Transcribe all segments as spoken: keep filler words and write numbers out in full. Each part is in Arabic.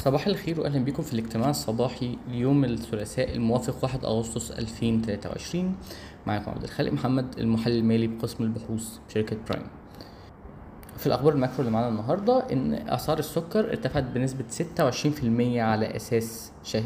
صباح الخير واهلا بكم في الاجتماع الصباحي ليوم الثلاثاء الموافق واحد أغسطس ألفين وتلاتة وعشرين. معكم عبد الخالق محمد، المحلل المالي بقسم البحوث بشركة برايم. في الاخبار الماكرو اللي معانا النهارده ان اسعار السكر ارتفعت بنسبة ستة وعشرين في المية على اساس شهري،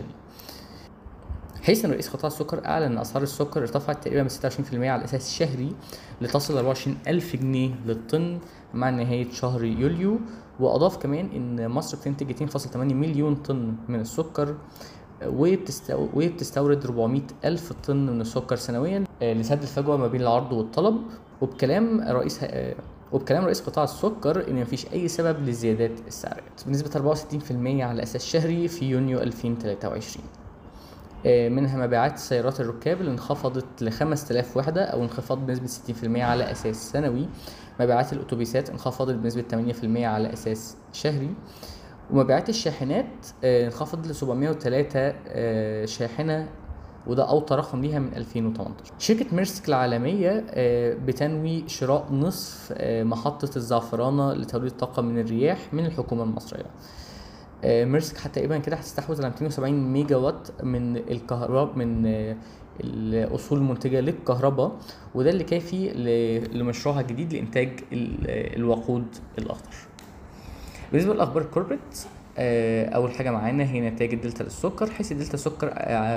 حيث ان رئيس قطاع السكر اعلن ان اسعار السكر ارتفعت تقريبا ب ستة وعشرين في المية على اساس شهري لتصل ل أربعة وعشرين ألف جنيه للطن مع نهاية شهر يوليو. واضاف كمان ان مصر بتنتج اتنين فاصلة تمانية مليون طن من السكر وبتستو... وبتستورد أربعمائة ألف طن من السكر سنويا لسد الفجوة ما بين العرض والطلب. وبكلام رئيس وبكلام رئيس قطاع السكر ان مفيش اي سبب للزيادات السعرية بنسبة أربعة وستين في المية على اساس شهري في يونيو ألفين وتلاتة وعشرين. منها مبيعات سيارات الركاب اللي انخفضت ل خمسة آلاف وحدة او انخفاض بنسبة ستين في المية على اساس سنوي. مبيعات الاتوبيسات انخفضت بنسبة ثمانية في المية على اساس شهري. ومبيعات الشاحنات انخفضت ل سبعمائة وثلاثة شاحنة، وده اوطى رقم ليها من ألفين وتمنتاشر. شركة ميرسك العالمية بتنوي شراء نصف محطة الزعفرانة لتوليد طاقة من الرياح من الحكومة المصرية. ميرسك حتى تقريبا كده هتستحوذ على مئتين وسبعين ميجا وات من الكهرباء من الاصول المنتجه للكهرباء، وده اللي كافي لمشروعها الجديد لانتاج الوقود الاخضر. بالنسبه للاخبار الكوربريت، اول حاجه معانا هي نتائج الدلتا للسكر، حيث الدلتا السكر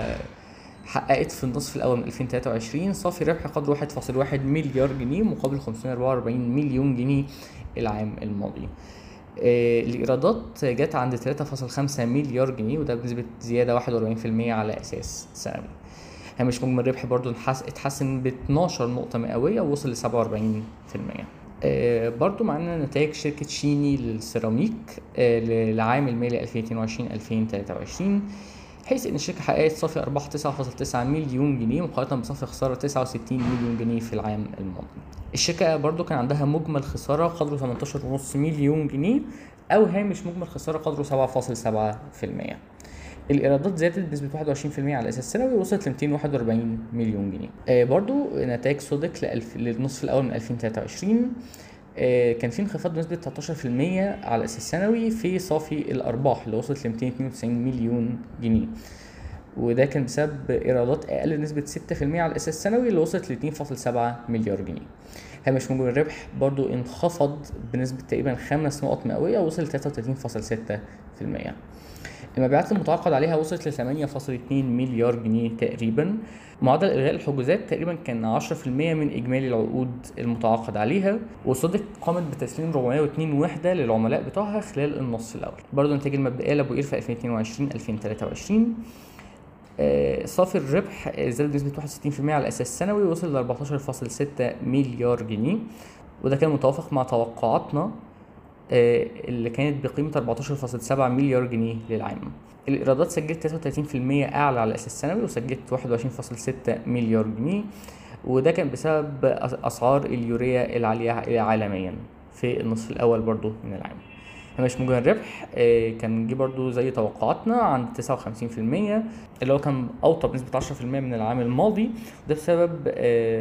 حققت في النصف الاول من ألفين وتلاتة وعشرين صافي ربح قدره واحد فاصلة واحد مليار جنيه مقابل خمسمائة وأربعة وأربعين مليون جنيه العام الماضي. الإيرادات جت عند ثلاثة فاصلة خمسة مليار جنيه، وده بنسبة زيادة واحد وأربعين في المية على أساس سنوي. هامش مجمل الربح برضو اتحسن ب اتناشر نقطة مئوية ووصل ل سبعة وأربعين في المية. برضو معنا نتائج شركة شيني للسيراميك للعام المالي ألفين واتنين وعشرين ألفين وتلاتة وعشرين، حيث ان الشركة حققت صافي ارباح تسعة فاصلة تسعة مليون جنيه مقارنة بصافي خسارة تسعة وستين مليون جنيه في العام الماضي. الشركة برضو كان عندها مجمل خسارة قدره تمنتاشر فاصلة خمسة مليون جنيه او هامش مجمل خسارة قدره سبعة فاصلة سبعة في المية. الايرادات زادت بنسبة واحد وعشرين في المية على اساس سنوي ووصلت ل مئتين وواحد وأربعين مليون جنيه. آه برضو نتائج سودك للنصف الاول من ألفين وتلاتة وعشرين آه كان في انخفاض بنسبة تلتاشر في المية على اساس سنوي في صافي الارباح اللي وصلت ل مئتين واثنين وتسعين مليون جنيه، وده كان بسبب ايرادات اقل بنسبة ستة في المية على اساس سنوي اللي وصلت ل اتنين فاصلة سبعة مليار جنيه. هامش مجمل الربح برضو انخفض بنسبة تقريبا خمس نقط مئوية ووصل ل تلاتة وتلاتين فاصلة ستة في المية. المبيعات المتعاقد عليها وصلت ل ثمانية فاصلة اتنين مليار جنيه تقريبا. معدل الغاء الحجوزات تقريبا كان عشرة في المية من اجمالي العقود المتعاقد عليها، وصدق قامت بتسليم أربعمائة واثنين وحده للعملاء بتوعها خلال النصف الاول. برضو النتائج المبدئيه لابو قير في ألفين واتنين وعشرين ألفين وتلاتة وعشرين آه صافي الربح زاد بنسبه واحد وستين في المية على اساس سنوي ووصل ل أربعتاشر فاصلة ستة مليار جنيه، وده كان متوافق مع توقعاتنا اللي كانت بقيمة أربعتاشر فاصلة سبعة مليار جنيه للعام. الإيرادات سجلت تلاتة وتلاتين في المية أعلى على أساس سنوي وسجلت واحد وعشرين فاصلة ستة مليار جنيه، وده كان بسبب أسعار اليوريا العالية عالميا في النصف الأول برضو من العام. هامش مجمل الربح كان جه برضو زي توقعاتنا عند تسعة وخمسين في المية اللي هو كان أوطى بنسبة عشرة في المية من العام الماضي، ده بسبب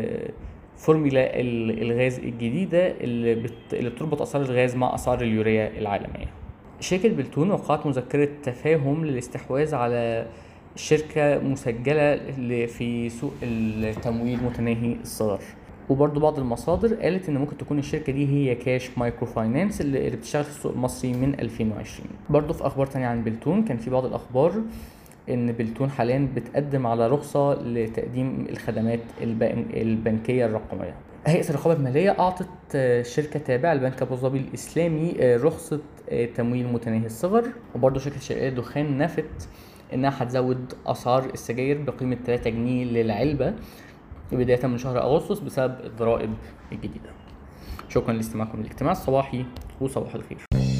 فورمولا الغاز الجديدة اللي, بت... اللي بتربط أسعار الغاز مع أسعار اليوريا العالمية. شركة بلتون وقعت مذكرة تفاهم للاستحواذ على شركة مسجلة في سوق التمويل متناهي الصغر، وبرضو بعض المصادر قالت ان ممكن تكون الشركة دي هي كاش مايكرو فاينانس اللي بتشتغل في السوق المصري من ألفين وعشرين. برضو في أخبار تانية عن بلتون، كان في بعض الأخبار ان بلتون حاليا بتقدم على رخصة لتقديم الخدمات البنكية الرقمية. هيئة الرقابة المالية اعطت شركة تابعة لبنك ابو ظبي الاسلامي رخصة تمويل متناهي الصغر. وبرضه شركة شرقية الدخان نفت انها هتزود اسعار السجاير بقيمة تلاتة جنيه للعلبة بداية من شهر اغسطس بسبب الضرائب الجديدة. شكرا لاستماعكم للاجتماع الصباحي وصباح الخير.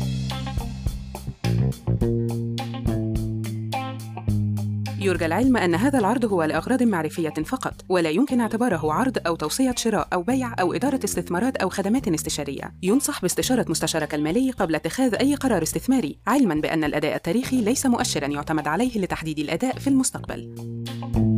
يرجى العلم أن هذا العرض هو لأغراض معرفية فقط، ولا يمكن اعتباره عرض أو توصية شراء أو بيع أو إدارة استثمارات أو خدمات استشارية. ينصح باستشارة مستشارك المالي قبل اتخاذ أي قرار استثماري، علماً بأن الأداء التاريخي ليس مؤشراً يعتمد عليه لتحديد الأداء في المستقبل.